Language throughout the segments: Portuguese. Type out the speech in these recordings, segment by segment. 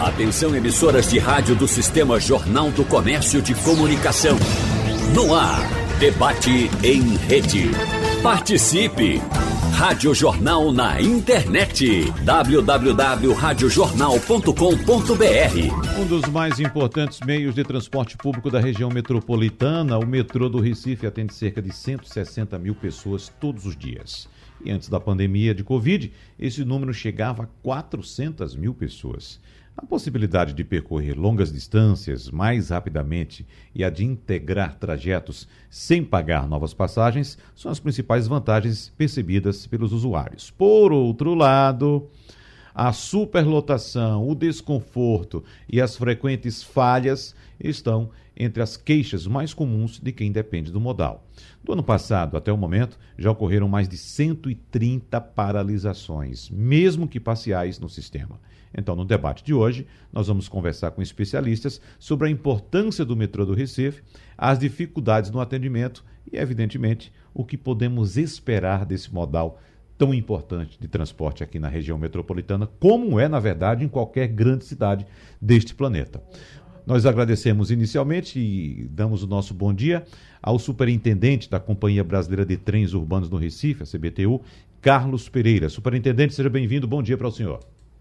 Atenção, emissoras de rádio do Sistema Jornal do Comércio de Comunicação. No ar, debate em rede. Participe! Rádio Jornal na internet. www.radiojornal.com.br. Um dos mais importantes meios de transporte público da região metropolitana, o metrô do Recife atende cerca de 160 mil pessoas todos os dias. E antes da pandemia de Covid, esse número chegava a 400 mil pessoas. A possibilidade de percorrer longas distâncias mais rapidamente e a de integrar trajetos sem pagar novas passagens são as principais vantagens percebidas pelos usuários. Por outro lado, a superlotação, o desconforto e as frequentes falhas estão entre as queixas mais comuns de quem depende do modal. Do ano passado até o momento, já ocorreram mais de 130 paralisações, mesmo que parciais, no sistema. Então, no debate de hoje, nós vamos conversar com especialistas sobre a importância do metrô do Recife, as dificuldades no atendimento e, evidentemente, o que podemos esperar desse modal tão importante de transporte aqui na região metropolitana, como é, na verdade, em qualquer grande cidade deste planeta. Nós agradecemos inicialmente e damos o nosso bom dia ao superintendente da Companhia Brasileira de Trens Urbanos no Recife, a CBTU, Carlos Pereira. Superintendente, seja bem-vindo. Bom dia para o senhor.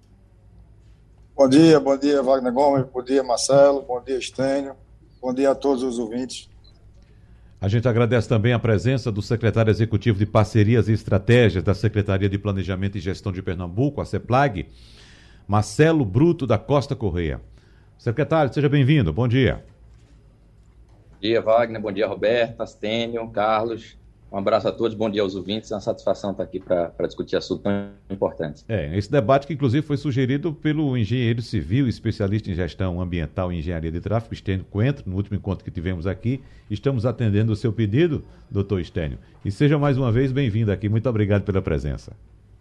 Bom dia, Wagner Gomes, bom dia, Marcelo, bom dia, Estênio, bom dia a todos os ouvintes. A gente agradece também a presença do secretário executivo de Parcerias e Estratégias da Secretaria de Planejamento e Gestão de Pernambuco, a CEPLAG, Marcelo Bruto da Costa Correia. Secretário, seja bem-vindo, bom dia. Bom dia, Wagner, bom dia, Roberta, Estênio, Carlos. Um abraço a todos, bom dia aos ouvintes, é uma satisfação estar aqui para discutir assuntos tão importantes. Esse debate que inclusive foi sugerido pelo engenheiro civil, especialista em gestão ambiental e engenharia de tráfego, Estênio Coentro, no último encontro que tivemos aqui. Estamos atendendo o seu pedido, doutor Estênio, e seja mais uma vez bem-vindo aqui, muito obrigado pela presença.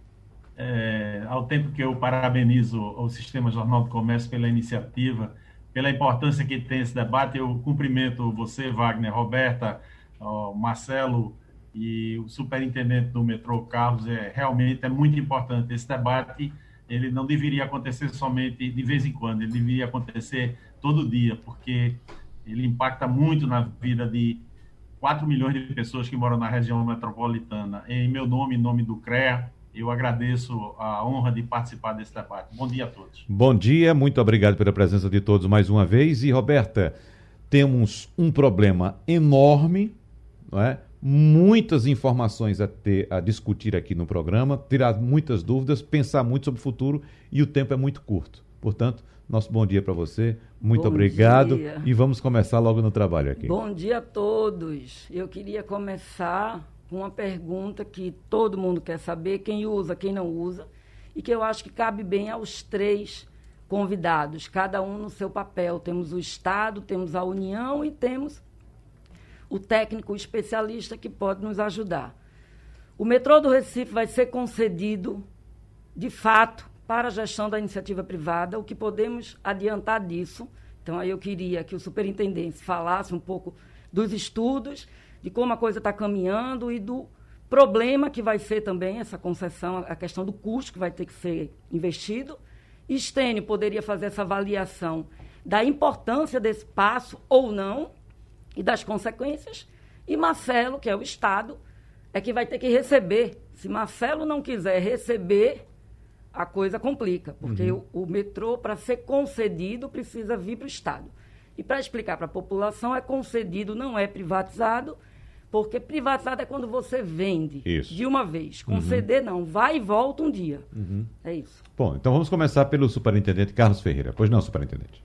Ao tempo que eu parabenizo o Sistema Jornal do Comércio pela iniciativa, pela importância que tem esse debate, eu cumprimento você, Wagner, Roberta, Marcelo, e o superintendente do metrô, Carlos. Realmente é muito importante esse debate. Ele não deveria acontecer somente de vez em quando, ele deveria acontecer todo dia, porque ele impacta muito na vida de 4 milhões de pessoas que moram na região metropolitana. Em meu nome, em nome do CREA, eu agradeço a honra de participar desse debate. Bom dia a todos. Bom dia, muito obrigado pela presença de todos mais uma vez. E, Roberta, temos um problema enorme, não é? Muitas informações a discutir aqui no programa, tirar muitas dúvidas, pensar muito sobre o futuro, e o tempo é muito curto. Portanto, nosso bom dia para você, muito obrigado e vamos começar logo no trabalho aqui. Bom dia a todos. Eu queria começar com uma pergunta que todo mundo quer saber, quem usa, quem não usa, e que eu acho que cabe bem aos três convidados, cada um no seu papel. Temos o Estado, temos a União e temos o técnico especialista que pode nos ajudar. O metrô do Recife vai ser concedido, de fato, para a gestão da iniciativa privada. O que podemos adiantar disso? Então, aí eu queria que o superintendente falasse um pouco dos estudos, de como a coisa está caminhando e do problema que vai ser também essa concessão, a questão do custo que vai ter que ser investido. Estênio poderia fazer essa avaliação da importância desse passo ou não, e das consequências, e Marcelo, que é o Estado, é que vai ter que receber. Se Marcelo não quiser receber, a coisa complica, porque o metrô, para ser concedido, precisa vir para o Estado. E para explicar para a população, é concedido, não é privatizado, porque privatizado é quando você vende de uma vez. Conceder não, vai e volta um dia. É isso. Bom, então vamos começar pelo superintendente Carlos Ferreira. Pois não, superintendente?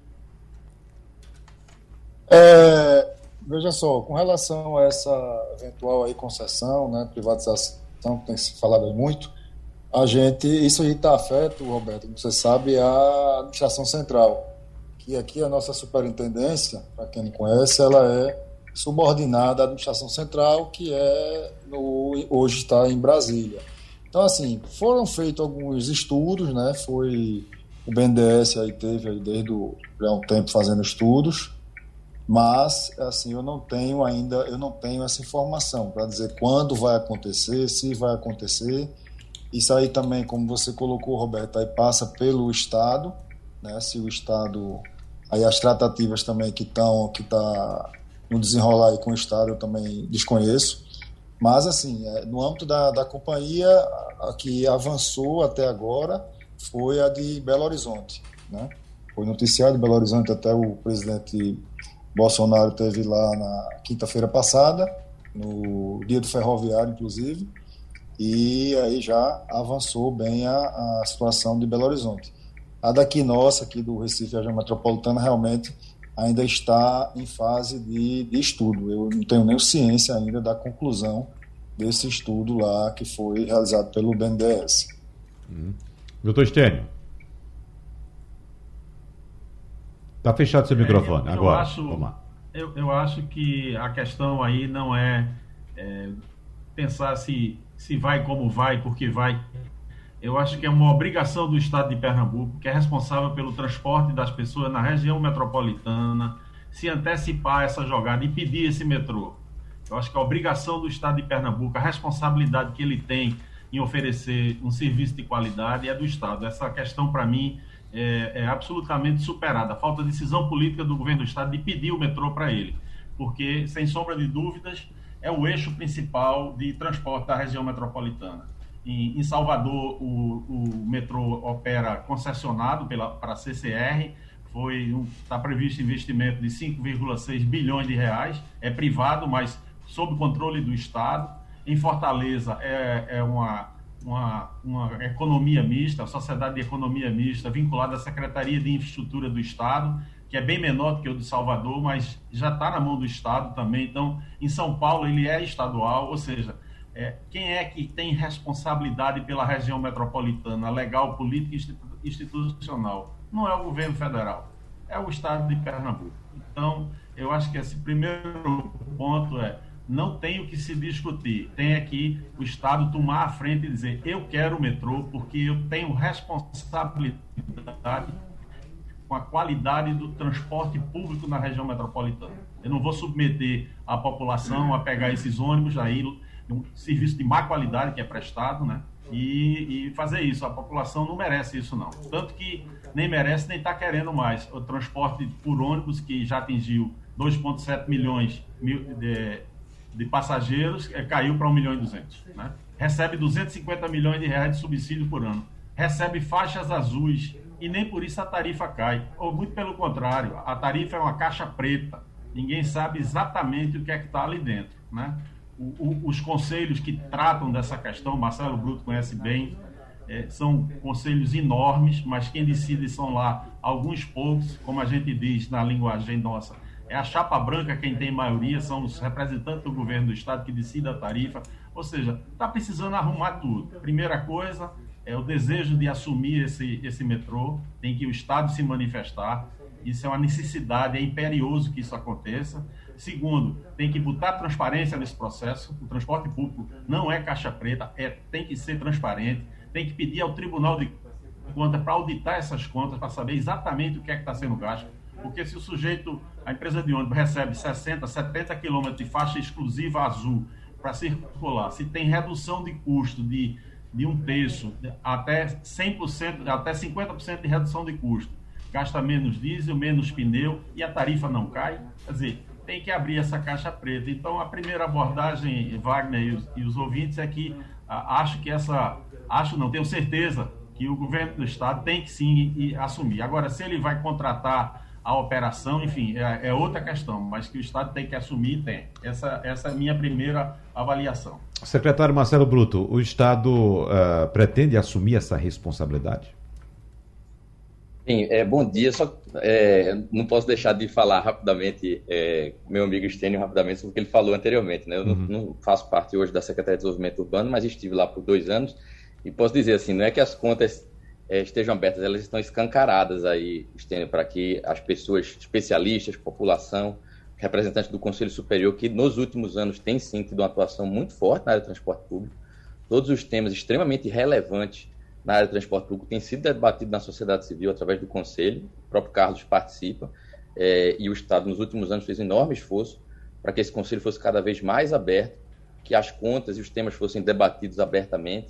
Veja só, com relação a essa eventual aí concessão, né, privatização, que tem se falado muito, isso aí está afeto, Roberto, você sabe, a administração central, que aqui a nossa superintendência, para quem não conhece, ela é subordinada à administração central, que hoje está em Brasília. Então, assim, foram feitos alguns estudos, né, o BNDES aí teve aí desde há um tempo fazendo estudos, mas, assim, eu não tenho essa informação para dizer quando vai acontecer, se vai acontecer. Isso aí também, como você colocou, Roberto, aí passa pelo Estado, né? Se o Estado, aí as tratativas também que tá no desenrolar aí com o Estado, eu também desconheço, mas assim, no âmbito da companhia, a que avançou até agora foi a de Belo Horizonte, né? Foi noticiado em Belo Horizonte, até o presidente Bolsonaro esteve lá na quinta-feira passada, no dia do ferroviário, inclusive, e aí já avançou bem a situação de Belo Horizonte. A daqui nossa, aqui do Recife, a região metropolitana, realmente ainda está em fase de estudo. Eu não tenho nem ciência ainda da conclusão desse estudo lá que foi realizado pelo BNDES. Doutor Stênio. Está fechado seu microfone agora. Eu acho que a questão aí não é pensar se vai como vai, porque vai. Eu acho que é uma obrigação do Estado de Pernambuco, que é responsável pelo transporte das pessoas na região metropolitana, se antecipar essa jogada e pedir esse metrô. Eu acho que a obrigação do Estado de Pernambuco, a responsabilidade que ele tem em oferecer um serviço de qualidade é do Estado. Essa questão, para mim, é absolutamente superada. Falta decisão política do governo do Estado de pedir o metrô para ele, porque, sem sombra de dúvidas, é o eixo principal de transporte da região metropolitana. Em Salvador, o metrô opera concessionado para a CCR, está previsto investimento de 5,6 bilhões de reais, é privado, mas sob controle do Estado. Em Fortaleza, é uma economia mista, a sociedade de economia mista, vinculada à Secretaria de Infraestrutura do Estado, que é bem menor do que o de Salvador, mas já está na mão do Estado também. Então, em São Paulo, ele é estadual, ou seja, quem é que tem responsabilidade pela região metropolitana, legal, política e institucional? Não é o governo federal, é o Estado de Pernambuco. Então, eu acho que esse primeiro ponto não tem o que se discutir, tem aqui o Estado tomar a frente e dizer: eu quero o metrô porque eu tenho responsabilidade com a qualidade do transporte público na região metropolitana. Eu não vou submeter a população a pegar esses ônibus aí, um serviço de má qualidade que é prestado, né? E fazer isso. A população não merece isso, não. Tanto que nem merece, nem está querendo mais. O transporte por ônibus, que já atingiu 2,7 milhões de passageiros, caiu para 1,2 milhão, né? Recebe 250 milhões de reais de subsídio por ano. Recebe faixas azuis e nem por isso a tarifa cai. Ou muito pelo contrário, a tarifa é uma caixa preta. Ninguém sabe exatamente o que é que está ali dentro, né? Os conselhos que tratam dessa questão, Marcelo Bruto conhece bem, são conselhos enormes, mas quem decide são lá alguns poucos, como a gente diz na linguagem nossa. É a chapa branca quem tem maioria, são os representantes do governo do Estado que decidem a tarifa. Ou seja, está precisando arrumar tudo. Primeira coisa é o desejo de assumir esse metrô, tem que o Estado se manifestar. Isso é uma necessidade, é imperioso que isso aconteça. Segundo, tem que botar transparência nesse processo. O transporte público não é caixa preta, tem que ser transparente. Tem que pedir ao Tribunal de Contas para auditar essas contas, para saber exatamente o que é que está sendo gasto. Porque se a empresa de ônibus recebe 60, 70 quilômetros de faixa exclusiva azul para circular, se tem redução de custo de 1/3, até 100%, até 50% de redução de custo, gasta menos diesel, menos pneu e a tarifa não cai, quer dizer, tem que abrir essa caixa preta. Então, a primeira abordagem, Wagner e os ouvintes, é que tenho certeza que o governo do Estado tem que sim assumir. Agora, se ele vai contratar a operação, enfim, é outra questão, mas que o Estado tem que assumir, tem. Essa é a minha primeira avaliação. Secretário Marcelo Bruto, o Estado pretende assumir essa responsabilidade? Sim, bom dia. Só não posso deixar de falar rapidamente, meu amigo Stênio, rapidamente, sobre o que ele falou anteriormente, né? Eu não faço parte hoje da Secretaria de Desenvolvimento Urbano, mas estive lá por 2 anos e posso dizer assim, não é que as contas estejam abertas, elas estão escancaradas aí, Stênio, para que as pessoas, especialistas, população, representantes do Conselho Superior, que nos últimos anos têm sim tido uma atuação muito forte na área do transporte público, todos os temas extremamente relevantes na área do transporte público têm sido debatidos na sociedade civil através do Conselho, o próprio Carlos participa, e o Estado nos últimos anos fez um enorme esforço para que esse Conselho fosse cada vez mais aberto, que as contas e os temas fossem debatidos abertamente,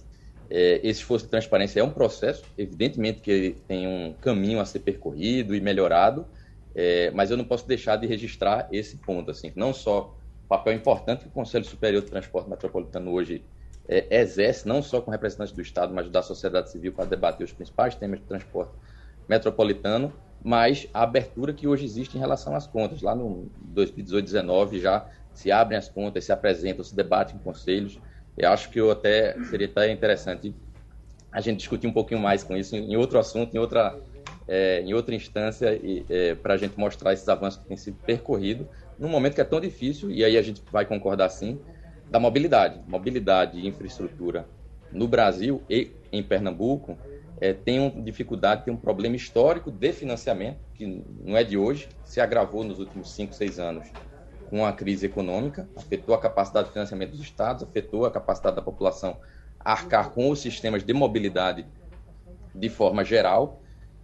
Esse esforço de transparência é um processo, evidentemente que ele tem um caminho a ser percorrido e melhorado, mas eu não posso deixar de registrar esse ponto, assim, não só o papel importante que o Conselho Superior de Transporte Metropolitano hoje exerce, não só com representantes do Estado, mas da sociedade civil para debater os principais temas de transporte metropolitano, mas a abertura que hoje existe em relação às contas. Lá no 2018-19 já se abrem as contas, se apresentam, se debatem em conselhos. Eu acho que seria até interessante a gente discutir um pouquinho mais com isso em outro assunto, em outra instância, para a gente mostrar esses avanços que têm sido percorridos num momento que é tão difícil, e aí a gente vai concordar sim, da mobilidade. Mobilidade e infraestrutura no Brasil e em Pernambuco tem dificuldade, tem um problema histórico de financiamento, que não é de hoje, se agravou nos últimos 5, 6 anos com a crise econômica, afetou a capacidade de financiamento dos estados, afetou a capacidade da população a arcar com os sistemas de mobilidade de forma geral,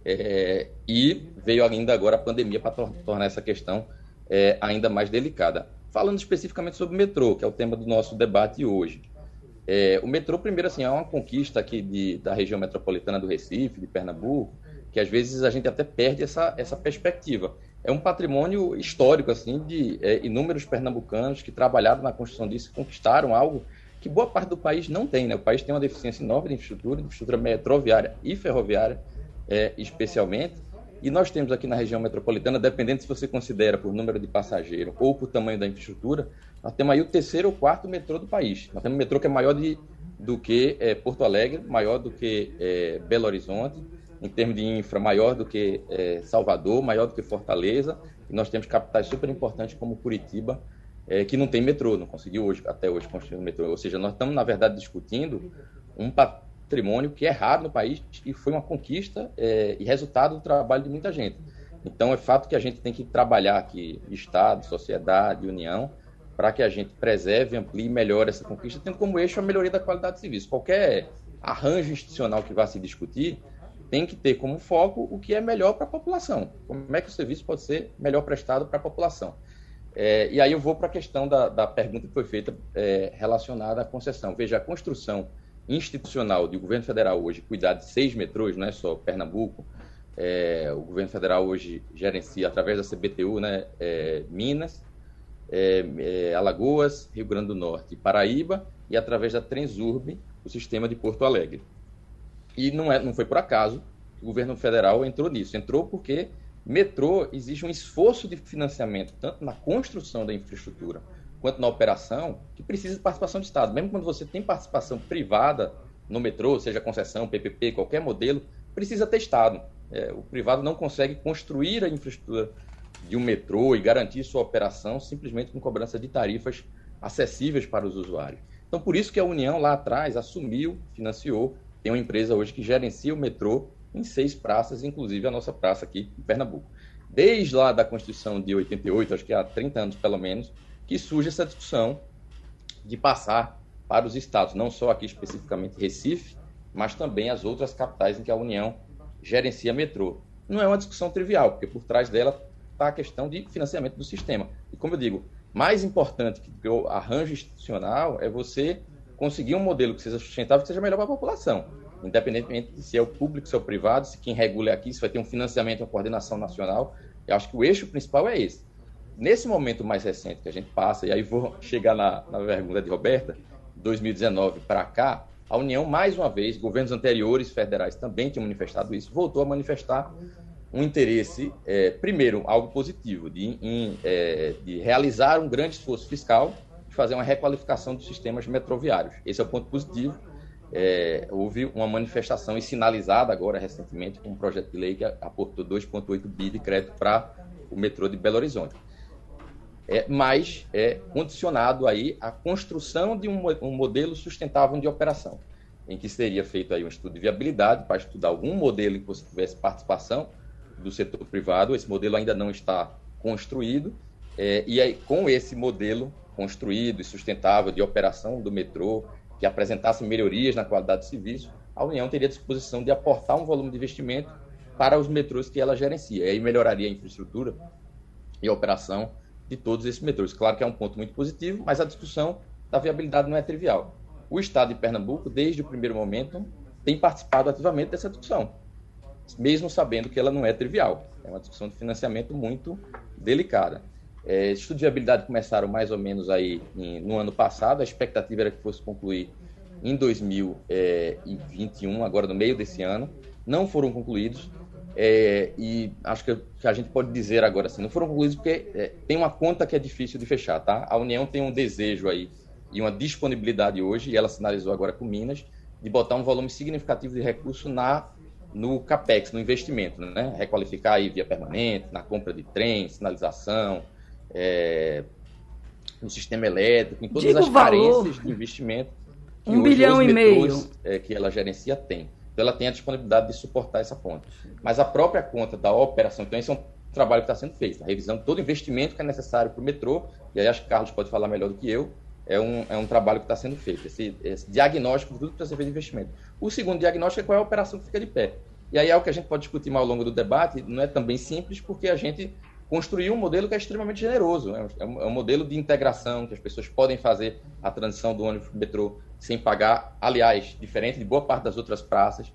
e veio ainda agora a pandemia para tornar essa questão ainda mais delicada. Falando especificamente sobre o metrô, que é o tema do nosso debate hoje. O metrô, primeiro, assim, é uma conquista aqui da região metropolitana do Recife, de Pernambuco, que às vezes a gente até perde essa perspectiva. É um patrimônio histórico, assim, de inúmeros pernambucanos que trabalharam na construção disso e conquistaram algo que boa parte do país não tem, né? O país tem uma deficiência enorme de infraestrutura metroviária e ferroviária, especialmente. E nós temos aqui na região metropolitana, dependendo se você considera por número de passageiro ou por tamanho da infraestrutura, nós temos aí o 3º ou 4º metrô do país. Nós temos um metrô que é maior do que Porto Alegre, maior do que Belo Horizonte, em termos de infra, maior do que Salvador, maior do que Fortaleza. E nós temos capitais super importantes como Curitiba, que não tem metrô, não conseguiu até hoje construir um metrô. Ou seja, nós estamos, na verdade, discutindo um patrimônio que é raro no país e foi uma conquista e resultado do trabalho de muita gente. Então, é fato que a gente tem que trabalhar aqui, Estado, sociedade, União, para que a gente preserve, amplie e melhore essa conquista, tendo como eixo a melhoria da qualidade de serviço. Qualquer arranjo institucional que vá se discutir tem que ter como foco o que é melhor para a população. Como é que o serviço pode ser melhor prestado para a população. E aí eu vou para a questão da pergunta que foi feita relacionada à concessão. Veja, a construção institucional do governo federal hoje cuidar de 6 metrôs, não é só Pernambuco. O governo federal hoje gerencia, através da CBTU, né, Minas, Alagoas, Rio Grande do Norte e Paraíba, e através da Transurb, o sistema de Porto Alegre. E não foi por acaso que o governo federal entrou nisso. Entrou porque metrô exige um esforço de financiamento, tanto na construção da infraestrutura quanto na operação, que precisa de participação do Estado. Mesmo quando você tem participação privada no metrô, seja concessão, PPP, qualquer modelo, precisa ter Estado. O privado não consegue construir a infraestrutura de um metrô e garantir sua operação simplesmente com cobrança de tarifas acessíveis para os usuários. Então, por isso que a União, lá atrás, assumiu, financiou, tem uma empresa hoje que gerencia o metrô em 6 praças, inclusive a nossa praça aqui em Pernambuco. Desde lá da Constituição de 88, acho que há 30 anos pelo menos, que surge essa discussão de passar para os estados, não só aqui especificamente Recife, mas também as outras capitais em que a União gerencia metrô. Não é uma discussão trivial, porque por trás dela está a questão de financiamento do sistema. E como eu digo, mais importante que o arranjo institucional é você conseguir um modelo que seja sustentável, que seja melhor para a população, independentemente de se é o público, se é o privado, se quem regula é aqui, se vai ter um financiamento, uma coordenação nacional. Eu acho que o eixo principal é esse. Nesse momento mais recente que a gente passa, e aí vou chegar na pergunta de Roberta, 2019 para cá, a União, mais uma vez, governos anteriores federais também tinham manifestado isso, voltou a manifestar um interesse, primeiro, algo positivo, de realizar um grande esforço fiscal, de fazer uma requalificação dos sistemas metroviários. Esse é o ponto positivo. Houve uma manifestação e sinalizada agora recentemente com um projeto de lei que aportou 2,8 bi de crédito para o metrô de Belo Horizonte. Mas é condicionado aí à construção de um modelo sustentável de operação, em que seria feito aí um estudo de viabilidade para estudar algum modelo em que você tivesse participação do setor privado. Esse modelo ainda não está construído, e aí com esse modelo construído e sustentável de operação do metrô, que apresentasse melhorias na qualidade de serviço, a União teria disposição de aportar um volume de investimento para os metrôs que ela gerencia. E aí melhoraria a infraestrutura e a operação de todos esses metrôs. Claro que é um ponto muito positivo, mas a discussão da viabilidade não é trivial. O Estado de Pernambuco, desde o primeiro momento, tem participado ativamente dessa discussão, mesmo sabendo que ela não é trivial. É uma discussão de financiamento muito delicada. Estudos de viabilidade começaram mais ou menos aí no ano passado, a expectativa era que fosse concluir em 2021, agora no meio desse ano, não foram concluídos, e acho que a gente pode dizer agora assim, não foram concluídos porque tem uma conta que é difícil de fechar, tá? A União tem um desejo aí e uma disponibilidade hoje, e ela sinalizou agora com Minas, de botar um volume significativo de recurso no CAPEX, no investimento, né? Requalificar aí via permanente, na compra de trem, sinalização, no sistema elétrico, em todas as carências de investimento que R$1,5 bilhão que ela gerencia tem. Então, ela tem a disponibilidade de suportar essa conta. Mas a própria conta da operação, então esse é um trabalho que está sendo feito, a revisão de todo o investimento que é necessário para o metrô, e aí acho que o Carlos pode falar melhor do que eu, é um trabalho que está sendo feito, esse diagnóstico de tudo que precisa ser feito de investimento. O segundo diagnóstico é qual é a operação que fica de pé. E aí é o que a gente pode discutir mais ao longo do debate, não é também simples, porque a gente construiu um modelo que é extremamente generoso, né? É um modelo de integração, que as pessoas podem fazer a transição do ônibus para o metrô sem pagar, aliás, diferente de boa parte das outras praças,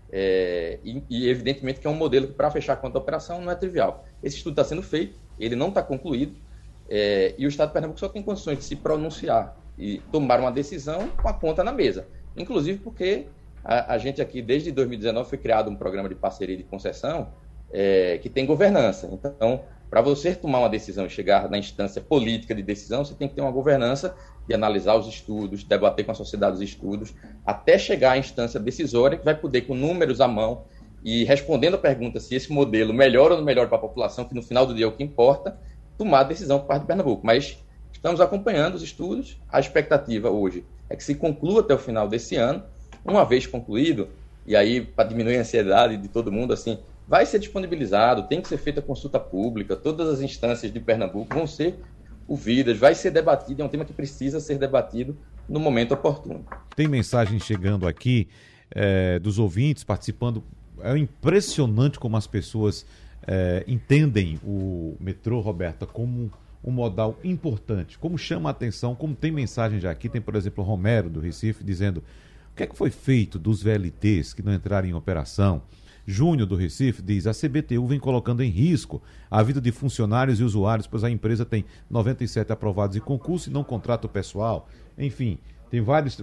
e evidentemente que é um modelo que para fechar a conta da operação não é trivial. Esse estudo está sendo feito, ele não está concluído, e o Estado de Pernambuco só tem condições de se pronunciar e tomar uma decisão com a conta na mesa, inclusive porque a gente aqui, desde 2019, foi criado um programa de parceria de concessão que tem governança. Então, para você tomar uma decisão e chegar na instância política de decisão, você tem que ter uma governança de analisar os estudos, debater com a sociedade os estudos, até chegar à instância decisória, que vai poder, com números à mão, e respondendo a pergunta se esse modelo melhora ou não melhora para a população, que no final do dia é o que importa, tomar a decisão por parte de Pernambuco. Mas estamos acompanhando os estudos, a expectativa hoje é que se conclua até o final desse ano. Uma vez concluído, e aí para diminuir a ansiedade de todo mundo, assim, vai ser disponibilizado, tem que ser feita consulta pública, todas as instâncias de Pernambuco vão ser ouvidas, vai ser debatido, é um tema que precisa ser debatido no momento oportuno. Tem mensagem chegando aqui dos ouvintes participando. É impressionante como as pessoas entendem o metrô, Roberta, como um modal importante, como chama a atenção, como tem mensagem já aqui, tem, por exemplo, o Romero, do Recife, dizendo o que é que foi feito dos VLTs que não entraram em operação. Júnior, do Recife, diz: a CBTU vem colocando em risco a vida de funcionários e usuários, pois a empresa tem 97 aprovados em concurso e não contrata o pessoal. Enfim, tem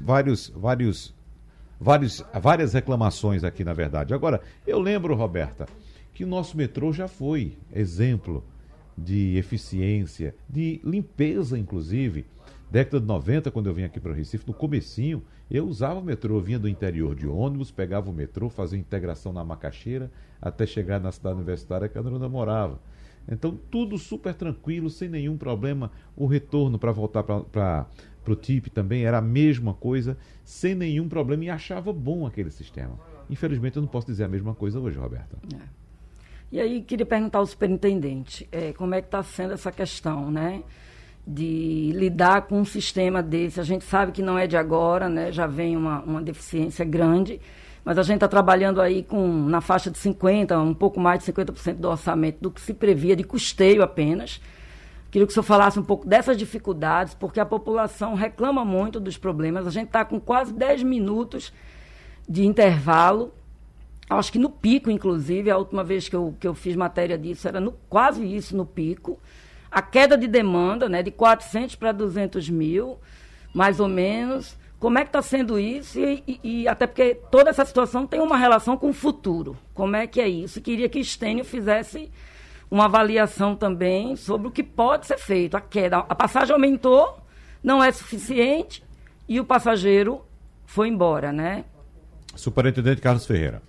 várias reclamações aqui, na verdade. Agora, eu lembro, Roberta, que o nosso metrô já foi exemplo de eficiência, de limpeza, inclusive. Década de 90, quando eu vim aqui para o Recife, no comecinho, eu usava o metrô, eu vinha do interior de ônibus, pegava o metrô, fazia integração na Macaxeira, até chegar na cidade universitária que a Ana morava. Então, tudo super tranquilo, sem nenhum problema. O retorno para voltar para o TIP também era a mesma coisa, sem nenhum problema, e achava bom aquele sistema. Infelizmente, eu não posso dizer a mesma coisa hoje, Roberta. E aí, queria perguntar ao superintendente, como é que está sendo essa questão, né? De lidar com um sistema desse. A gente sabe que não é de agora, né? Já vem uma deficiência grande, mas a gente está trabalhando aí na faixa de 50%, um pouco mais de 50% do orçamento do que se previa de custeio apenas. Queria que o senhor falasse um pouco dessas dificuldades, porque a população reclama muito dos problemas. A gente está com quase 10 minutos de intervalo. Acho que no pico, inclusive, a última vez que eu fiz matéria disso era quase isso, no pico. A queda de demanda, né, de 400 para 200 mil, mais ou menos. Como é que está sendo isso? E até porque toda essa situação tem uma relação com o futuro. Como é que é isso? Queria que Stênio fizesse uma avaliação também sobre o que pode ser feito. A passagem aumentou, não é suficiente, e o passageiro foi embora, né? Superintendente Carlos Ferreira.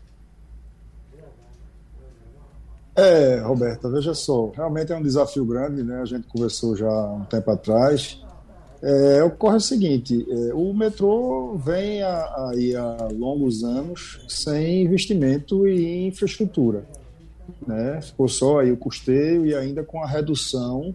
Roberta, veja só, realmente é um desafio grande, né? A gente conversou já há um tempo atrás. Ocorre o seguinte, o metrô vem aí há longos anos sem investimento e infraestrutura, né? Ficou só aí o custeio e ainda com a redução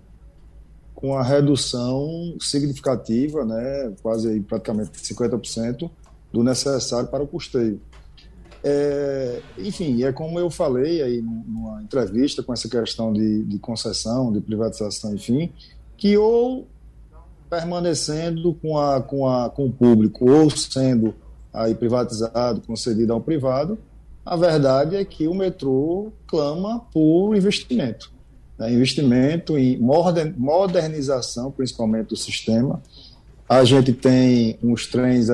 significativa, né? Quase aí praticamente 50% do necessário para o custeio. Enfim, é como eu falei aí numa entrevista com essa questão de concessão, de privatização, enfim, que ou permanecendo com o público ou sendo aí privatizado, concedido ao privado, a verdade é que o metrô clama por investimento. Né? Investimento em modernização, principalmente do sistema. A gente tem uns trens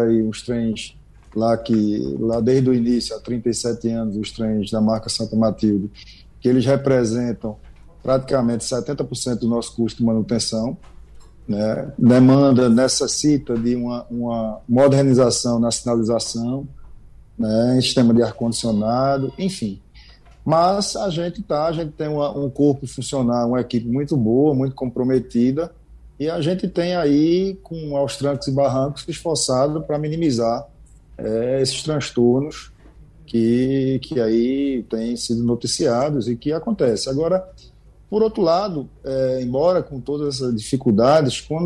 lá desde o início, há 37 anos, os trens da marca Santa Matilde, que eles representam praticamente 70% do nosso custo de manutenção. Né? Necessita de uma modernização na sinalização, né? Em sistema de ar-condicionado, enfim. Mas a gente tem um corpo funcional, uma equipe muito boa, muito comprometida, e a gente tem aí, aos trancos e barrancos, esforçado para minimizar esses transtornos que aí têm sido noticiados e que acontecem. Agora, por outro lado, embora com todas essas dificuldades, quando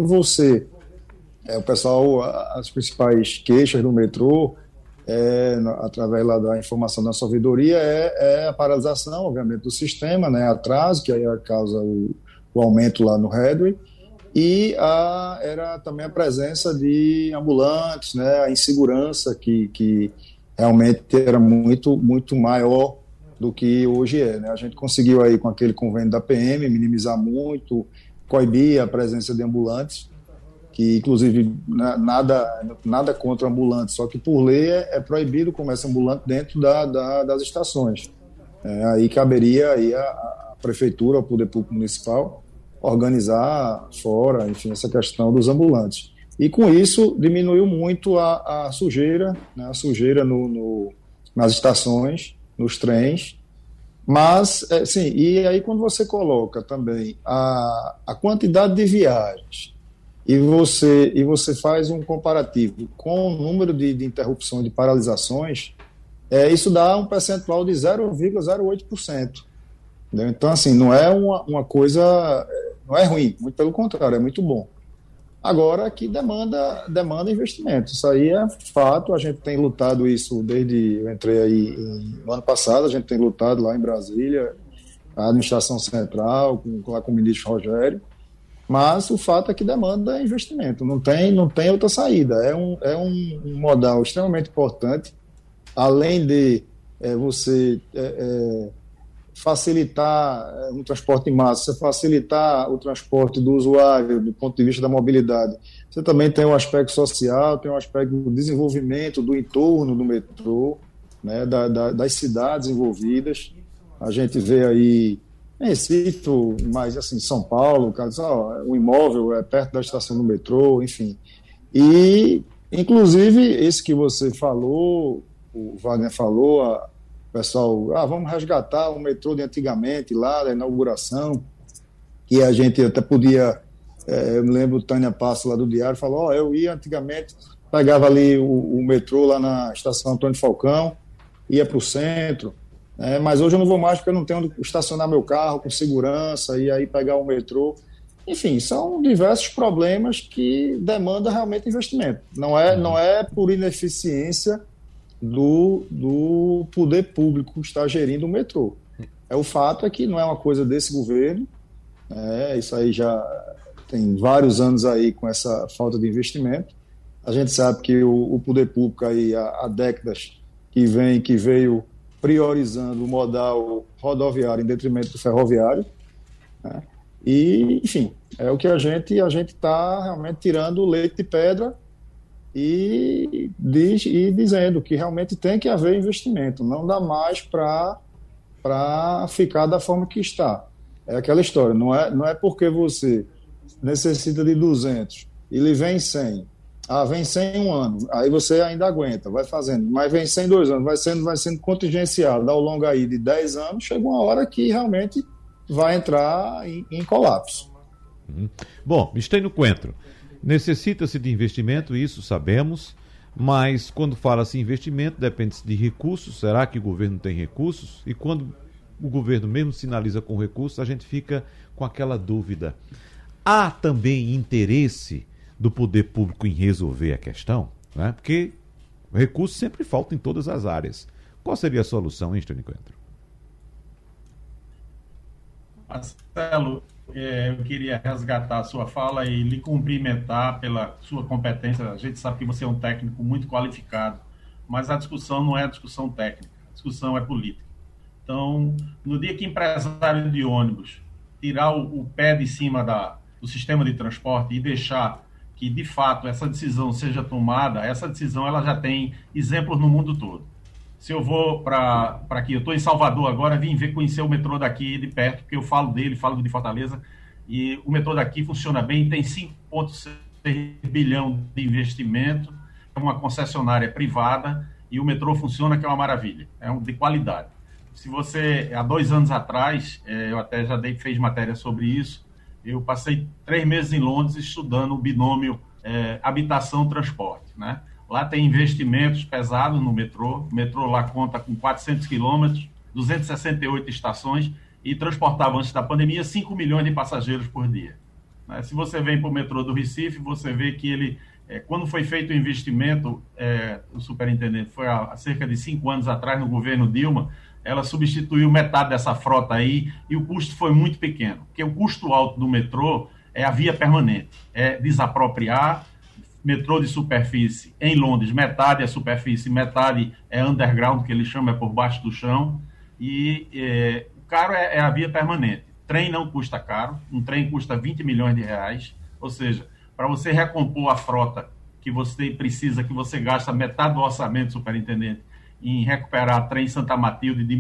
o pessoal, as principais queixas do metrô, através lá da informação da nossa ouvidoria, é a paralisação, obviamente, do sistema, né, atraso, que aí causa o aumento lá no headway, e era também a presença de ambulantes, né, a insegurança que realmente era muito, muito maior do que hoje é. Né? A gente conseguiu aí, com aquele convênio da PM, minimizar muito, coibir a presença de ambulantes, que inclusive nada contra ambulantes, só que por lei é proibido o comércio ambulante dentro das estações. Aí caberia aí a prefeitura, o poder público municipal, organizar fora, enfim, essa questão dos ambulantes. E com isso diminuiu muito a sujeira, né, nas estações, nos trens. Mas, sim, e aí quando você coloca também a quantidade de viagens e você faz um comparativo com o número de interrupções, de paralisações, isso dá um percentual de 0,08%. Entendeu? Então, assim, não é uma coisa, não é ruim, muito pelo contrário, é muito bom. Agora que demanda investimento, isso aí é fato, a gente tem lutado isso desde eu entrei aí no ano passado, a gente tem lutado lá em Brasília, a administração central, lá com o ministro Rogério, mas o fato é que demanda investimento, não tem outra saída, é um modal extremamente importante, além de você facilitar um transporte em massa, você facilitar o transporte do usuário do ponto de vista da mobilidade. Você também tem um aspecto social, tem um aspecto do desenvolvimento do entorno do metrô, né, das cidades envolvidas. A gente vê aí em Recife, mas assim, São Paulo, o imóvel é perto da estação do metrô, enfim. E, inclusive, esse que você falou, o Wagner falou, pessoal, vamos resgatar o metrô de antigamente, lá da inauguração, que a gente até podia, eu me lembro, Tânia Passo lá do Diário, falou, eu ia antigamente, pegava ali o metrô lá na estação Antônio Falcão, ia para o centro, mas hoje eu não vou mais porque eu não tenho onde estacionar meu carro com segurança, e aí pegar o metrô. Enfim, são diversos problemas que demandam realmente investimento. Não é por ineficiência do poder público estar gerindo o metrô. O fato é que não é uma coisa desse governo, isso aí já tem vários anos aí com essa falta de investimento. A gente sabe que o poder público aí há décadas que veio priorizando o modal rodoviário em detrimento do ferroviário, né? E, enfim, é o que a gente está realmente tirando o leite de pedra e dizendo que realmente tem que haver investimento, não dá mais para ficar da forma que está. É aquela história, não é porque você necessita de 200 e lhe vem 100, vem 100 em um ano, aí você ainda aguenta, vai fazendo, mas vem 100 em 2 anos, vai sendo contingenciado ao longo aí de 10 anos, chega uma hora que realmente vai entrar em colapso. Bom, Estênio Coentro, necessita-se de investimento, isso sabemos, mas quando fala-se em investimento, depende-se de recursos. Será que o governo tem recursos? E quando o governo mesmo sinaliza com recursos, a gente fica com aquela dúvida. Há também interesse do poder público em resolver a questão? Né? Porque recursos sempre faltam em todas as áreas. Qual seria a solução, hein, Estênio Coentro? Marcelo, eu queria resgatar a sua fala e lhe cumprimentar pela sua competência. A gente sabe que você é um técnico muito qualificado, mas a discussão não é discussão técnica, a discussão é política. Então, no dia que empresário de ônibus tirar o pé de cima do sistema de transporte e deixar que, de fato, essa decisão seja tomada, essa decisão ela já tem exemplos no mundo todo. Se eu vou para aqui, eu estou em Salvador agora, vim conhecer o metrô daqui de perto, porque eu falo dele, falo de Fortaleza, e o metrô daqui funciona bem, tem 5,6 bilhão de investimento, é uma concessionária privada, e o metrô funciona, que é uma maravilha, de qualidade. Se você, há 2 anos atrás, eu até já fez matéria sobre isso, eu passei 3 meses em Londres estudando o binômio habitação-transporte, né? Lá tem investimentos pesados no metrô. O metrô lá conta com 400 quilômetros, 268 estações e transportava, antes da pandemia, 5 milhões de passageiros por dia. Se você vem para o metrô do Recife, você vê que ele, quando foi feito o investimento, o superintendente foi há cerca de 5 anos atrás, no governo Dilma, ela substituiu metade dessa frota aí e o custo foi muito pequeno, porque o custo alto do metrô é a via permanente, é desapropriar. Metrô de superfície em Londres, metade é superfície, metade é underground, que ele chama, é por baixo do chão, e o caro é a via permanente. Trem não custa caro, um trem custa 20 milhões de reais, ou seja, para você recompor a frota que você precisa, que você gasta metade do orçamento, superintendente, em recuperar trem Santa Matilde de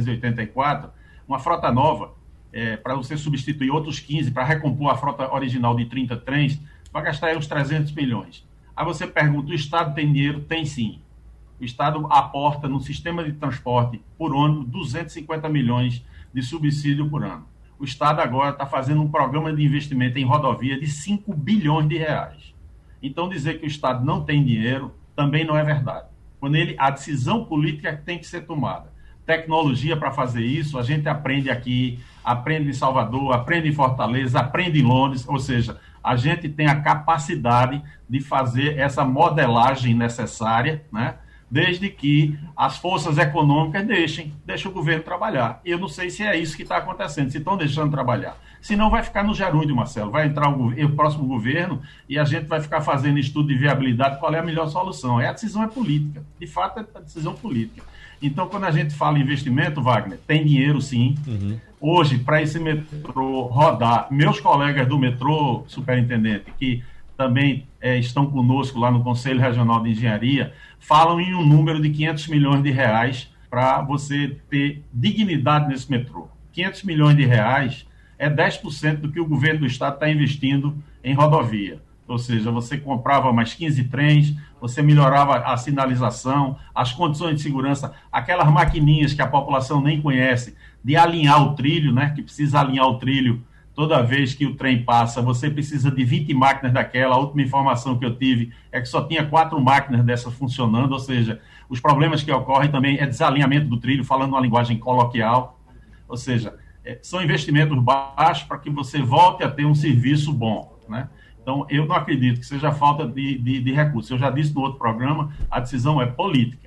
1984, uma frota nova, para você substituir outros 15, para recompor a frota original de 30 trens, vai gastar aí uns 300 milhões. Aí você pergunta, o Estado tem dinheiro? Tem sim. O Estado aporta no sistema de transporte por ônibus 250 milhões de subsídio por ano. O Estado agora está fazendo um programa de investimento em rodovia de 5 bilhões de reais. Então, dizer que o Estado não tem dinheiro também não é verdade. Quando a decisão política tem que ser tomada. Tecnologia para fazer isso, a gente aprende aqui, aprende em Salvador, aprende em Fortaleza, aprende em Londres, ou seja, a gente tem a capacidade de fazer essa modelagem necessária, né? Desde que as forças econômicas deixem o governo trabalhar. E eu não sei se é isso que está acontecendo, se estão deixando trabalhar. Senão vai ficar no gerúndio, Marcelo, vai entrar o próximo governo e a gente vai ficar fazendo estudo de viabilidade, qual é a melhor solução. A decisão é política, de fato é a decisão política. Então, quando a gente fala em investimento, Wagner, tem dinheiro sim. Uhum. Hoje, para esse metrô rodar, meus colegas do metrô, superintendente, que também estão conosco lá no Conselho Regional de Engenharia, falam em um número de 500 milhões de reais para você ter dignidade nesse metrô. 500 milhões de reais é 10% do que o governo do Estado está investindo em rodovia. Ou seja, você comprava mais 15 trens, você melhorava a sinalização, as condições de segurança, aquelas maquininhas que a população nem conhece, de alinhar o trilho, né, que precisa alinhar o trilho toda vez que o trem passa, você precisa de 20 máquinas daquela. A última informação que eu tive é que só tinha 4 máquinas dessas funcionando, ou seja, os problemas que ocorrem também é desalinhamento do trilho, falando uma linguagem coloquial, ou seja, são investimentos baixos para que você volte a ter um serviço bom, né? Então, eu não acredito que seja falta de recursos. Eu já disse no outro programa, a decisão é política.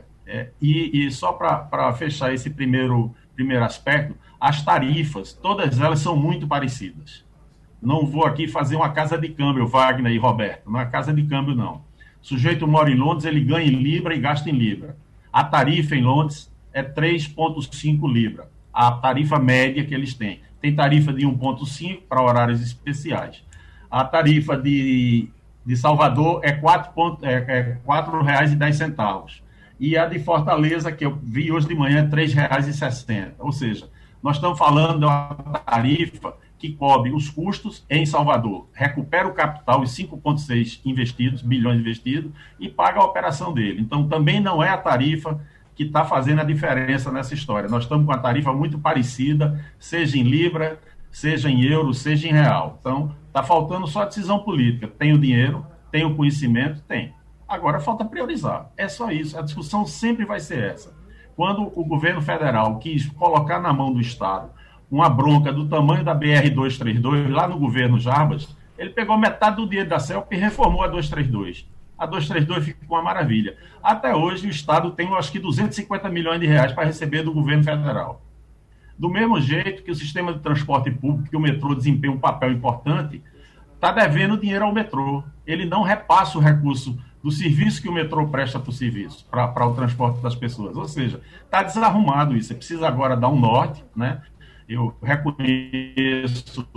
E só para fechar esse primeiro aspecto, as tarifas, todas elas são muito parecidas. Não vou aqui fazer uma casa de câmbio, Wagner e Roberto, não é casa de câmbio, não. O sujeito mora em Londres, ele ganha em libra e gasta em libra. A tarifa em Londres é 3,5 libra, a tarifa média que eles têm. Tem tarifa de 1,5 para horários especiais. A tarifa de Salvador é R$ 4,10. E a de Fortaleza, que eu vi hoje de manhã, é R$ 3,60. Ou seja, nós estamos falando de uma tarifa que cobre os custos em Salvador, recupera o capital, os 5,6 bilhões investidos, e paga a operação dele. Então, também não é a tarifa que está fazendo a diferença nessa história. Nós estamos com uma tarifa muito parecida, seja em libra, seja em euro, seja em real. Então, está faltando só a decisão política. Tem o dinheiro, tem o conhecimento, tem. Agora falta priorizar. É só isso. A discussão sempre vai ser essa. Quando o governo federal quis colocar na mão do Estado uma bronca do tamanho da BR-232, lá no governo Jarbas, ele pegou metade do dinheiro da CELP e reformou a 232. A 232 ficou uma maravilha. Até hoje, o Estado tem, acho que, 250 milhões de reais para receber do governo federal. Do mesmo jeito que o sistema de transporte público, que o metrô desempenha um papel importante, está devendo dinheiro ao metrô. Ele não repassa o recurso do serviço que o metrô presta para o serviço, para o transporte das pessoas. Ou seja, está desarrumado isso. Você precisa agora dar um norte, né? Eu reconheço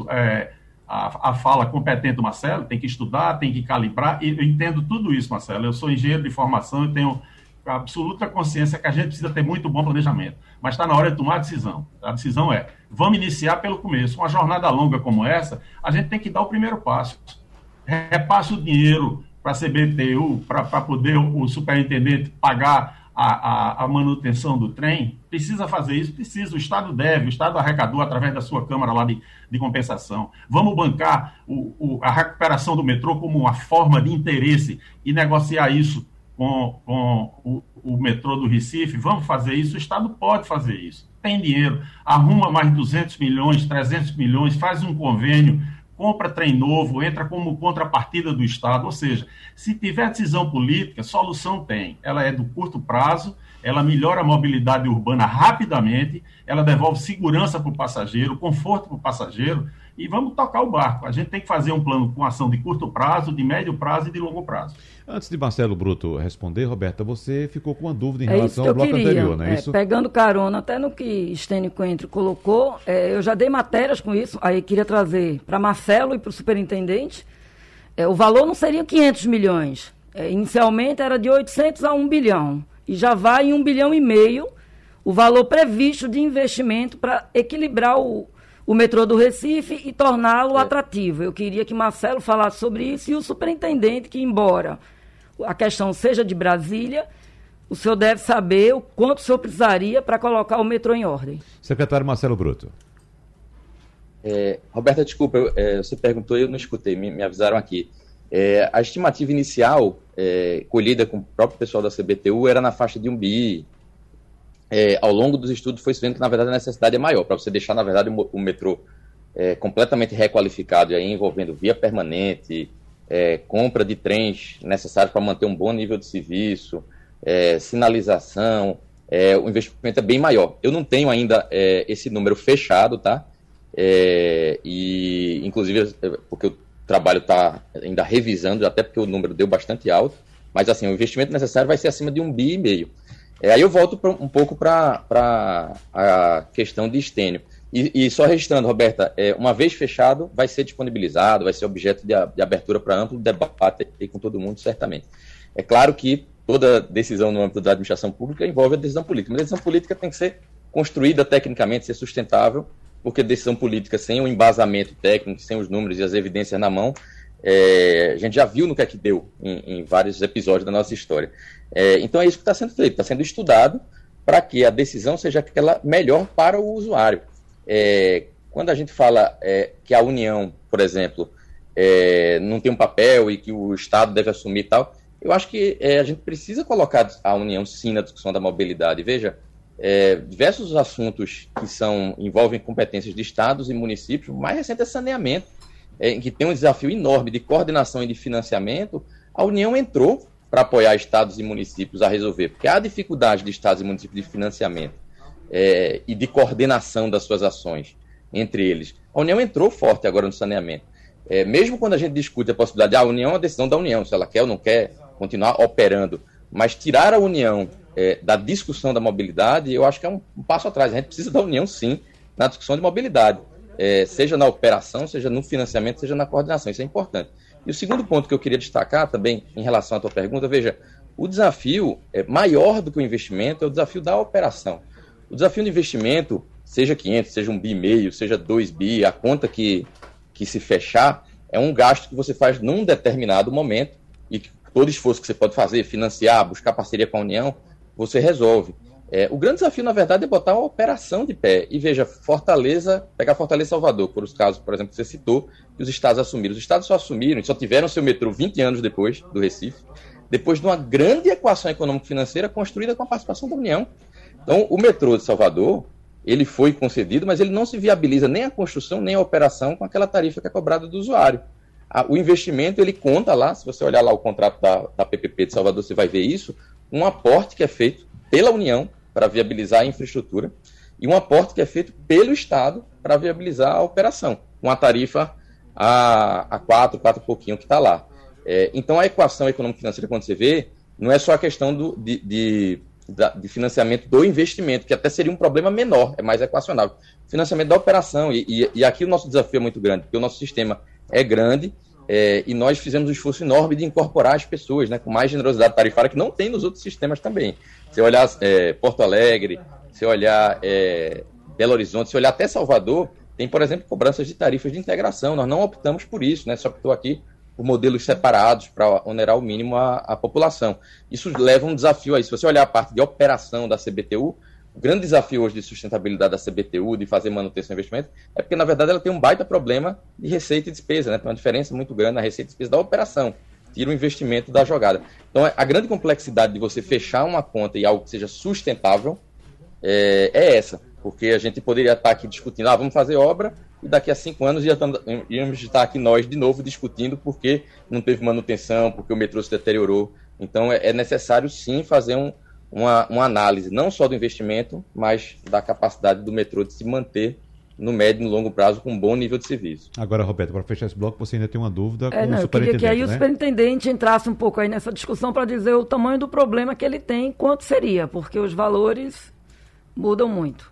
a fala competente do Marcelo, tem que estudar, tem que calibrar, e eu entendo tudo isso, Marcelo. Eu sou engenheiro de formação e tenho a absoluta consciência que a gente precisa ter muito bom planejamento, mas está na hora de tomar a decisão. A decisão é, vamos iniciar pelo começo. Uma jornada longa como essa, a gente tem que dar o primeiro passo. Repassa o dinheiro para a CBTU, para poder o superintendente pagar a manutenção do trem. Precisa fazer isso? Precisa. O Estado deve, o Estado arrecadou através da sua Câmara lá de compensação. Vamos bancar a recuperação do metrô como uma forma de interesse e negociar isso com o metrô do Recife. Vamos fazer isso? O Estado pode fazer isso. Tem dinheiro. Arruma mais 200 milhões, 300 milhões, faz um convênio, compra trem novo, entra como contrapartida do Estado. Ou seja, se tiver decisão política, solução tem. Ela é do curto prazo, ela melhora a mobilidade urbana rapidamente, ela devolve segurança para o passageiro, conforto para o passageiro, e vamos tocar o barco. A gente tem que fazer um plano com ação de curto prazo, de médio prazo e de longo prazo. Antes de Marcelo Bruto responder, Roberta, você ficou com uma dúvida em relação ao bloco anterior, não é isso? Pegando carona até no que Estênio Coentro colocou, eu já dei matérias com isso, aí queria trazer para Marcelo e para o superintendente. O valor não seria 500 milhões, inicialmente era de 800 a 1 bilhão, e já vai em 1,5 bilhão o valor previsto de investimento para equilibrar o metrô do Recife e torná-lo atrativo. Eu queria que Marcelo falasse sobre isso e o superintendente, que embora a questão seja de Brasília, o senhor deve saber o quanto o senhor precisaria para colocar o metrô em ordem. Secretário Marcelo Bruto. Roberta, desculpa, você perguntou e eu não escutei, me avisaram aqui. A estimativa inicial, colhida com o próprio pessoal da CBTU, era na faixa de 1 bi. Ao longo dos estudos foi se vendo que, na verdade, a necessidade é maior, para você deixar, na verdade, o metrô completamente requalificado, e aí envolvendo via permanente, compra de trens necessários para manter um bom nível de serviço, sinalização, o investimento é bem maior. Eu não tenho ainda esse número fechado, tá? E, inclusive, porque o trabalho está ainda revisando, até porque o número deu bastante alto, mas, assim, o investimento necessário vai ser acima de 1,5 bi. Aí eu volto um pouco para a questão de Estênio. E só registrando, Roberta, uma vez fechado, vai ser disponibilizado, vai ser objeto de abertura para amplo debate aí com todo mundo, certamente. É claro que toda decisão no âmbito da administração pública envolve a decisão política, mas a decisão política tem que ser construída tecnicamente, ser sustentável, porque decisão política sem o embasamento técnico, sem os números e as evidências na mão, a gente já viu no que é que deu em vários episódios da nossa história. Então é isso que está sendo feito, está sendo estudado para que a decisão seja aquela melhor para o usuário. Quando a gente fala que a União, por exemplo, não tem um papel e que o Estado deve assumir e tal, eu acho que a gente precisa colocar a União sim na discussão da mobilidade. Veja, diversos assuntos que envolvem competências de estados e municípios, o mais recente é saneamento, em que tem um desafio enorme de coordenação e de financiamento. A União entrou para apoiar estados e municípios a resolver, porque há dificuldade de estados e municípios de financiamento e de coordenação das suas ações entre eles. A União entrou forte agora no saneamento. Mesmo quando a gente discute a possibilidade, a União é uma decisão da União, se ela quer ou não quer continuar operando, mas tirar a União da discussão da mobilidade, eu acho que é um passo atrás. A gente precisa da União, sim, na discussão de mobilidade, seja na operação, seja no financiamento, seja na coordenação. Isso é importante. E o segundo ponto que eu queria destacar também, em relação à tua pergunta, veja, o desafio maior do que o investimento é o desafio da operação. O desafio do investimento, seja 500, seja 1,5 bi, seja 2 bi, a conta que se fechar, é um gasto que você faz num determinado momento e que todo esforço que você pode fazer, financiar, buscar parceria com a União, você resolve. O grande desafio, na verdade, é botar uma operação de pé. E veja, pegar Fortaleza e Salvador, por os casos, por exemplo, que você citou, que os estados assumiram. Os estados só assumiram, só tiveram seu metrô 20 anos depois do Recife, depois de uma grande equação econômico-financeira construída com a participação da União. Então, o metrô de Salvador, ele foi concedido, mas ele não se viabiliza nem a construção, nem a operação com aquela tarifa que é cobrada do usuário. O investimento, ele conta lá, se você olhar lá o contrato da PPP de Salvador, você vai ver isso, um aporte que é feito pela União para viabilizar a infraestrutura, e um aporte que é feito pelo Estado para viabilizar a operação, com a tarifa a 4 e pouquinho que está lá. Então, a equação econômico-financeira, quando você vê, não é só a questão de financiamento do investimento, que até seria um problema menor, é mais equacionável. Financiamento da operação, e aqui o nosso desafio é muito grande, porque o nosso sistema é grande, e nós fizemos um esforço enorme de incorporar as pessoas, né, com mais generosidade tarifária, que não tem nos outros sistemas também. Se olhar Porto Alegre, se olhar Belo Horizonte, se olhar até Salvador, tem, por exemplo, cobranças de tarifas de integração. Nós não optamos por isso, né? Só optou aqui por modelos separados para onerar ao mínimo a população. Isso leva um desafio aí. Se você olhar a parte de operação da CBTU, o grande desafio hoje de sustentabilidade da CBTU, de fazer manutenção e investimento, é porque, na verdade, ela tem um baita problema de receita e despesa, né? Tem uma diferença muito grande na receita e despesa da operação. Tira o investimento da jogada. Então, a grande complexidade de você fechar uma conta e algo que seja sustentável é essa. Porque a gente poderia estar aqui discutindo, vamos fazer obra, e daqui a 5 anos íamos estar aqui nós de novo discutindo porque não teve manutenção, porque o metrô se deteriorou. Então é necessário sim fazer uma análise, não só do investimento, mas da capacidade do metrô de se manter no médio e no longo prazo com um bom nível de serviço. Agora, Roberto, para fechar esse bloco, você ainda tem uma dúvida com o superintendente, eu queria que aí né? o superintendente entrasse um pouco aí nessa discussão para dizer o tamanho do problema que ele tem, quanto seria, porque os valores mudam muito.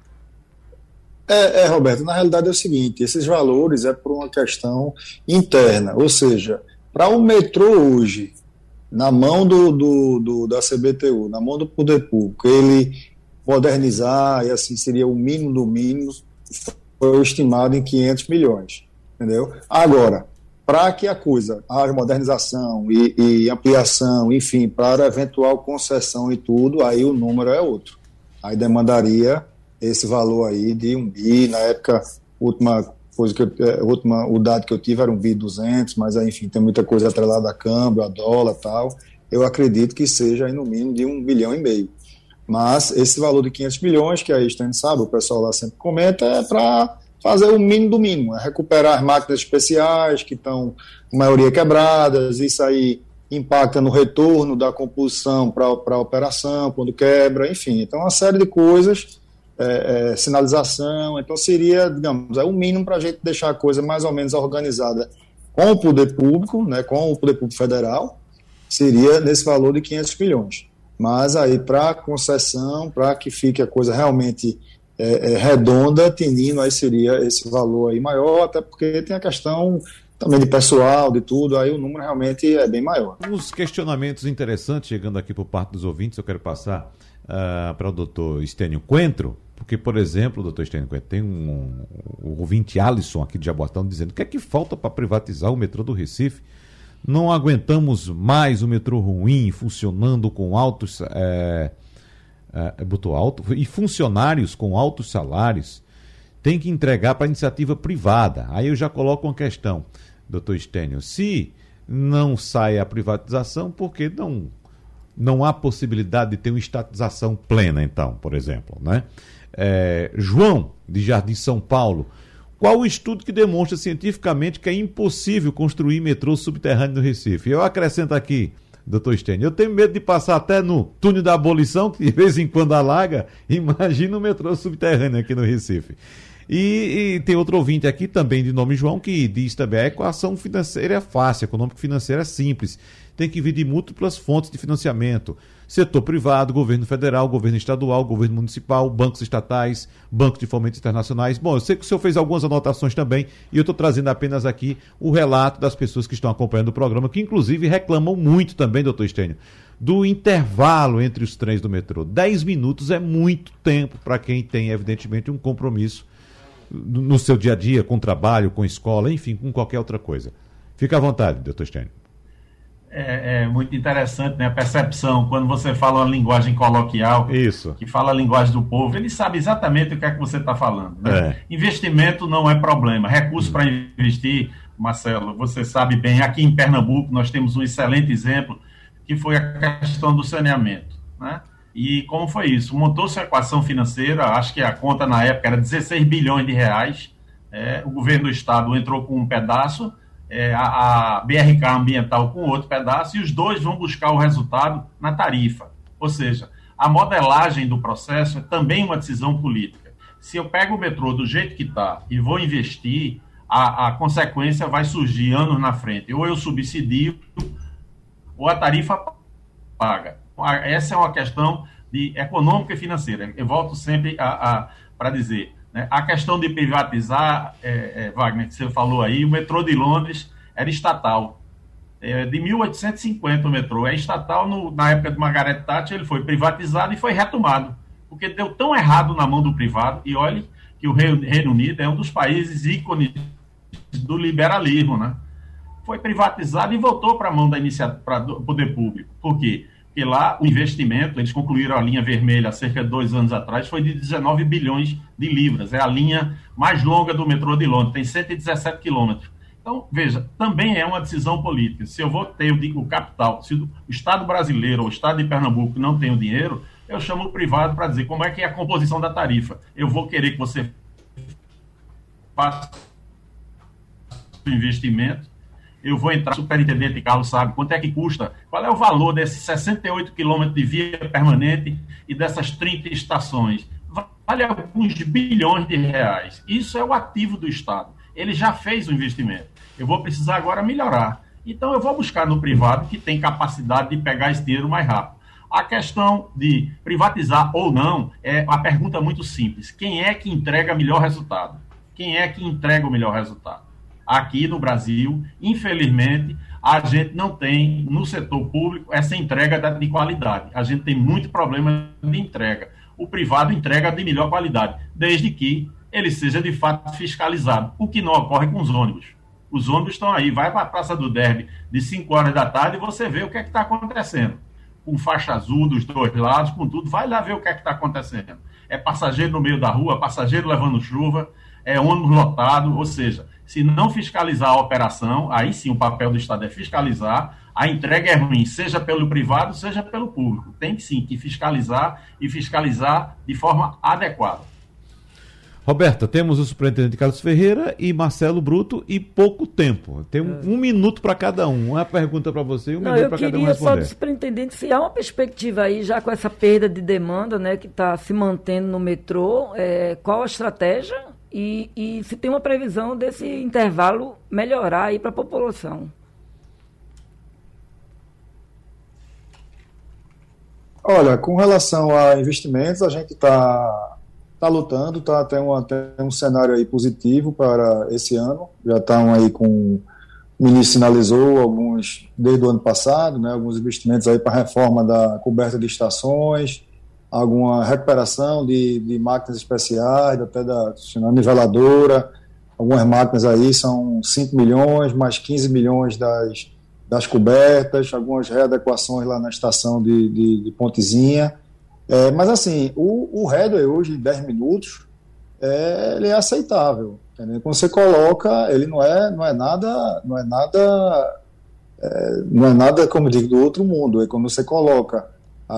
Roberto, na realidade é o seguinte, esses valores é por uma questão interna, ou seja, para o metrô hoje, na mão da CBTU, na mão do poder público, ele modernizar, e assim seria o mínimo do mínimo, foi estimado em 500 milhões, entendeu? Agora, para que a coisa haja modernização e ampliação, enfim, para eventual concessão e tudo, aí o número é outro, aí demandaria esse valor aí de 1 bi, na época, o dado que eu tive era 1.200 bi, mas enfim, tem muita coisa atrelada a câmbio, a dólar e tal, eu acredito que seja aí no mínimo de 1,5 bilhão. Mas esse valor de 500 milhões, que aí a gente sabe, o pessoal lá sempre comenta, é para fazer o mínimo do mínimo, é recuperar as máquinas especiais que estão, a maioria, quebradas, isso aí impacta no retorno da composição para a operação, quando quebra, enfim, então uma série de coisas, sinalização, então seria, digamos, o mínimo para a gente deixar a coisa mais ou menos organizada com o poder público, né, com o poder público federal, seria nesse valor de 500 milhões. Mas aí para concessão, para que fique a coisa realmente redonda, tinindo, aí seria esse valor aí maior, até porque tem a questão também de pessoal, de tudo, aí o número realmente é bem maior. Uns questionamentos interessantes chegando aqui por parte dos ouvintes, eu quero passar para o doutor Estênio Coentro, porque, por exemplo, doutor Estênio Coentro, tem o ouvinte Alisson aqui de Jaboatão dizendo: o que é que falta para privatizar o metrô do Recife? Não aguentamos mais o metrô ruim, funcionando com altos... botou alto, e funcionários com altos salários, tem que entregar para a iniciativa privada. Aí eu já coloco uma questão, doutor Estênio, se não sai a privatização, por que não há possibilidade de ter uma estatização plena, então, por exemplo, né? João, de Jardim São Paulo, qual o estudo que demonstra cientificamente que é impossível construir metrô subterrâneo no Recife? Eu acrescento aqui, doutor Estênio, eu tenho medo de passar até no túnel da abolição, que de vez em quando alaga, imagina o metrô subterrâneo aqui no Recife. E tem outro ouvinte aqui também de nome João, que diz também: a equação financeira é fácil, a econômico-financeira é simples, tem que vir de múltiplas fontes de financiamento, setor privado, governo federal, governo estadual, governo municipal, bancos estatais, bancos de fomento internacionais. Bom, eu sei que o senhor fez algumas anotações também, e eu estou trazendo apenas aqui o relato das pessoas que estão acompanhando o programa, que inclusive reclamam muito também, doutor Estênio, do intervalo entre os trens do metrô. 10 minutos é muito tempo para quem tem, evidentemente, um compromisso no seu dia a dia, com trabalho, com escola, enfim, com qualquer outra coisa. Fica à vontade, doutor Estênio. É muito interessante, né, a percepção, quando você fala uma linguagem coloquial, isso, que fala a linguagem do povo, ele sabe exatamente o que é que você está falando, né? Investimento não é problema, recurso para investir, Marcelo, você sabe bem, aqui em Pernambuco nós temos um excelente exemplo, que foi a questão do saneamento, né? E como foi isso? Montou-se a equação financeira, acho que a conta na época era 16 bilhões de reais, o governo do estado entrou com um pedaço, a BRK ambiental com outro pedaço, e os dois vão buscar o resultado na tarifa. Ou seja, a modelagem do processo é também uma decisão política. se eu pego o metrô do jeito que está e vou investir, a consequência vai surgir anos na frente. Ou eu subsidio, ou a tarifa paga. Essa é uma questão econômica e financeira. Eu volto sempre para dizer, né? A questão de privatizar, Wagner, que você falou aí, o metrô de Londres era estatal. De 1850 o metrô é estatal. Na época de Margaret Thatcher ele foi privatizado e foi retomado, porque deu tão errado na mão do privado. E olhe que o Reino Unido é um dos países ícones do liberalismo, né? Foi privatizado e voltou para a mão do poder público. Por quê? Porque lá o investimento, eles concluíram a linha vermelha há cerca de 2 anos atrás, foi de 19 bilhões de libras. É a linha mais longa do metrô de Londres, tem 117 quilômetros. Então, veja, também é uma decisão política. Se eu vou ter o capital, se o Estado brasileiro ou o Estado de Pernambuco não tem o dinheiro, eu chamo o privado para dizer como é que é a composição da tarifa. Eu vou querer que você faça o investimento, eu vou entrar, o superintendente Carlos sabe quanto é que custa, qual é o valor desses 68 quilômetros de via permanente e dessas 30 estações. Vale alguns bilhões de reais. Isso é o ativo do Estado. Ele já fez o investimento. Eu vou precisar agora melhorar. Então, eu vou buscar no privado que tem capacidade de pegar esse dinheiro mais rápido. A questão de privatizar ou não é uma pergunta muito simples. Quem é que entrega melhor resultado? Quem é que entrega o melhor resultado? Aqui no Brasil, infelizmente, a gente não tem, no setor público, essa entrega de qualidade. A gente tem muito problema de entrega. O privado entrega de melhor qualidade, desde que ele seja de fato fiscalizado, o que não ocorre com os ônibus. Os ônibus estão aí, vai para a Praça do Derby de 5 horas da tarde e você vê o que é que está acontecendo. Com faixa azul dos 2 lados, com tudo, vai lá ver o que é que está acontecendo. É passageiro no meio da rua, passageiro levando chuva, é ônibus lotado, ou seja, se não fiscalizar a operação, aí sim o papel do Estado é fiscalizar, a entrega é ruim, seja pelo privado, seja pelo público. Tem sim que fiscalizar e fiscalizar de forma adequada. Roberta, temos o superintendente Carlos Ferreira e Marcelo Bruto e pouco tempo. Tem um minuto para cada um. Uma pergunta para você e um minuto para cada um responder. Eu queria só do superintendente se há uma perspectiva aí, já com essa perda de demanda, né, que está se mantendo no metrô, qual a estratégia e se tem uma previsão desse intervalo melhorar aí para a população. Olha, com relação a investimentos, a gente está lutando, tem um cenário aí positivo para esse ano. Já estão aí o ministro sinalizou alguns, desde o ano passado, né, alguns investimentos aí para a reforma da coberta de estações, alguma recuperação de máquinas especiais, até da niveladora, algumas máquinas aí, são 5 milhões, mais 15 milhões das cobertas, algumas readequações lá na estação de Pontezinha. Mas assim, o headway hoje em 10 minutos ele é aceitável, entendeu? Quando você coloca, ele não é nada como eu digo, do outro mundo. É quando você coloca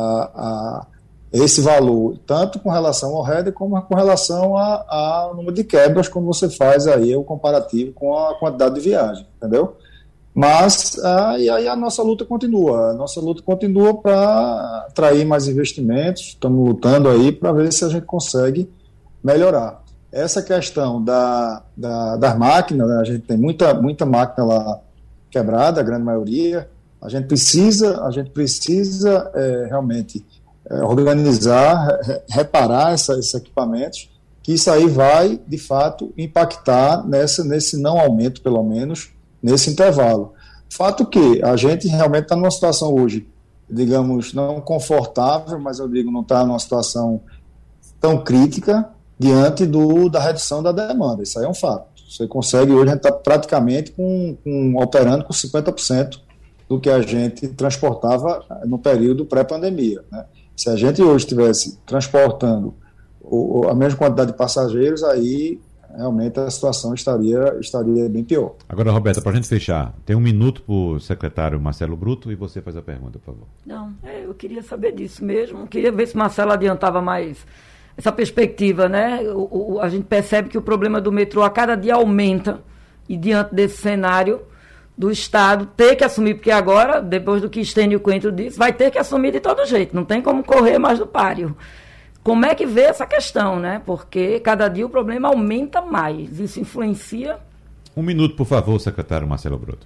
esse valor, tanto com relação ao headway como com relação ao número de quebras, quando você faz aí o comparativo com a quantidade de viagem, entendeu? Mas e aí a nossa luta continua. Para atrair mais investimentos. Estamos lutando aí para ver se a gente consegue melhorar. Essa questão das máquinas, né, a gente tem muita máquina lá quebrada, a grande maioria. A gente precisa realmente organizar, reparar esses equipamentos, que isso aí vai, de fato, impactar nesse não aumento, pelo menos, nesse intervalo. Fato que a gente realmente está numa situação hoje, digamos, não confortável, mas eu digo, não está numa situação tão crítica diante da redução da demanda. Isso aí é um fato. Você consegue, hoje a gente está praticamente operando com 50% do que a gente transportava no período pré-pandemia, né? Se a gente hoje estivesse transportando a mesma quantidade de passageiros, aí realmente a situação estaria bem pior. Agora, Roberta, para a gente fechar, tem um minuto para o secretário Marcelo Bruto e você faz a pergunta, por favor. Não, eu queria saber disso mesmo, queria ver se Marcelo adiantava mais essa perspectiva, né? A gente percebe que o problema do metrô a cada dia aumenta e diante desse cenário do Estado ter que assumir, porque agora, depois do que Estênio Coentro disse, vai ter que assumir de todo jeito, não tem como correr mais do páreo. como é que vê essa questão, né? Porque cada dia o problema aumenta mais. Isso influencia... Um minuto, por favor, secretário Marcelo Broto.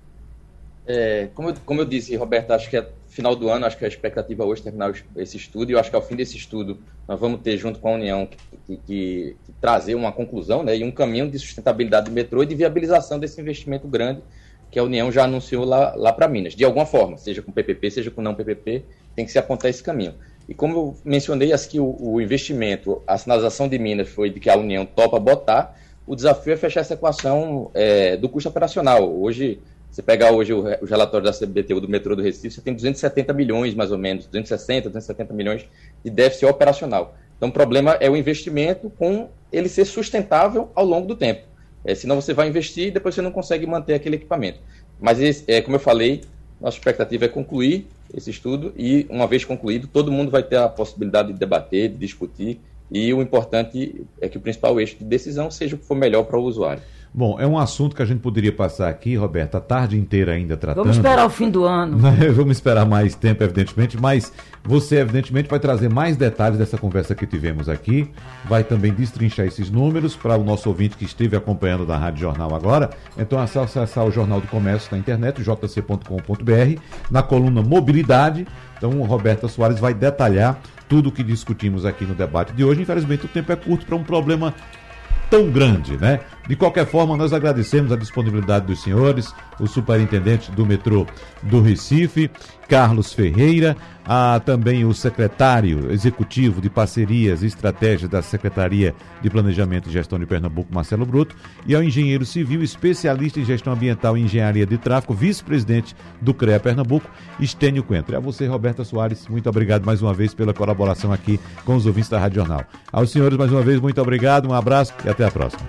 Como eu disse, Roberto, acho que é final do ano, acho que a expectativa hoje é terminar esse estudo, e eu acho que ao fim desse estudo nós vamos ter, junto com a União, que trazer uma conclusão, né, e um caminho de sustentabilidade do metrô e de viabilização desse investimento grande que a União já anunciou lá para Minas. De alguma forma, seja com PPP, seja com não PPP, tem que se apontar esse caminho. E como eu mencionei, acho que o investimento, a sinalização de Minas foi de que a União topa botar, o desafio é fechar essa equação do custo operacional. Hoje, você pegar hoje os relatórios da CBTU do metrô do Recife, você tem 270 milhões, mais ou menos, 270 milhões de déficit operacional. Então, o problema é o investimento com ele ser sustentável ao longo do tempo. Senão você vai investir e depois você não consegue manter aquele equipamento. Mas, como eu falei, nossa expectativa é concluir esse estudo e, uma vez concluído, todo mundo vai ter a possibilidade de debater, de discutir, e o importante é que o principal eixo de decisão seja o que for melhor para o usuário. Bom, é um assunto que a gente poderia passar aqui, Roberto, a tarde inteira ainda tratando. Vamos esperar o fim do ano. Vamos esperar mais tempo, evidentemente, mas você, evidentemente, vai trazer mais detalhes dessa conversa que tivemos aqui, vai também destrinchar esses números para o nosso ouvinte que esteve acompanhando da Rádio Jornal agora. Então, é só acessar o Jornal do Comércio na internet, jc.com.br, na coluna Mobilidade. Então, o Roberto Soares vai detalhar tudo o que discutimos aqui no debate de hoje. Infelizmente, o tempo é curto para um problema tão grande, né? De qualquer forma, nós agradecemos a disponibilidade dos senhores, o superintendente do metrô do Recife, Carlos Ferreira, também o secretário executivo de Parcerias e Estratégias da Secretaria de Planejamento e Gestão de Pernambuco, Marcelo Broto, e ao engenheiro civil, especialista em gestão ambiental e engenharia de tráfego, vice-presidente do CREA Pernambuco, Estênio Coentro. E a você, Roberta Soares, muito obrigado mais uma vez pela colaboração aqui com os ouvintes da Rádio Jornal. Aos senhores, mais uma vez, muito obrigado, um abraço e até a próxima.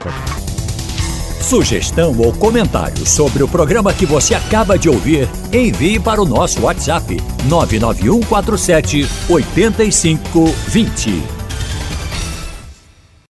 Sugestão ou comentário sobre o programa que você acaba de ouvir, envie para o nosso WhatsApp 99147 8520.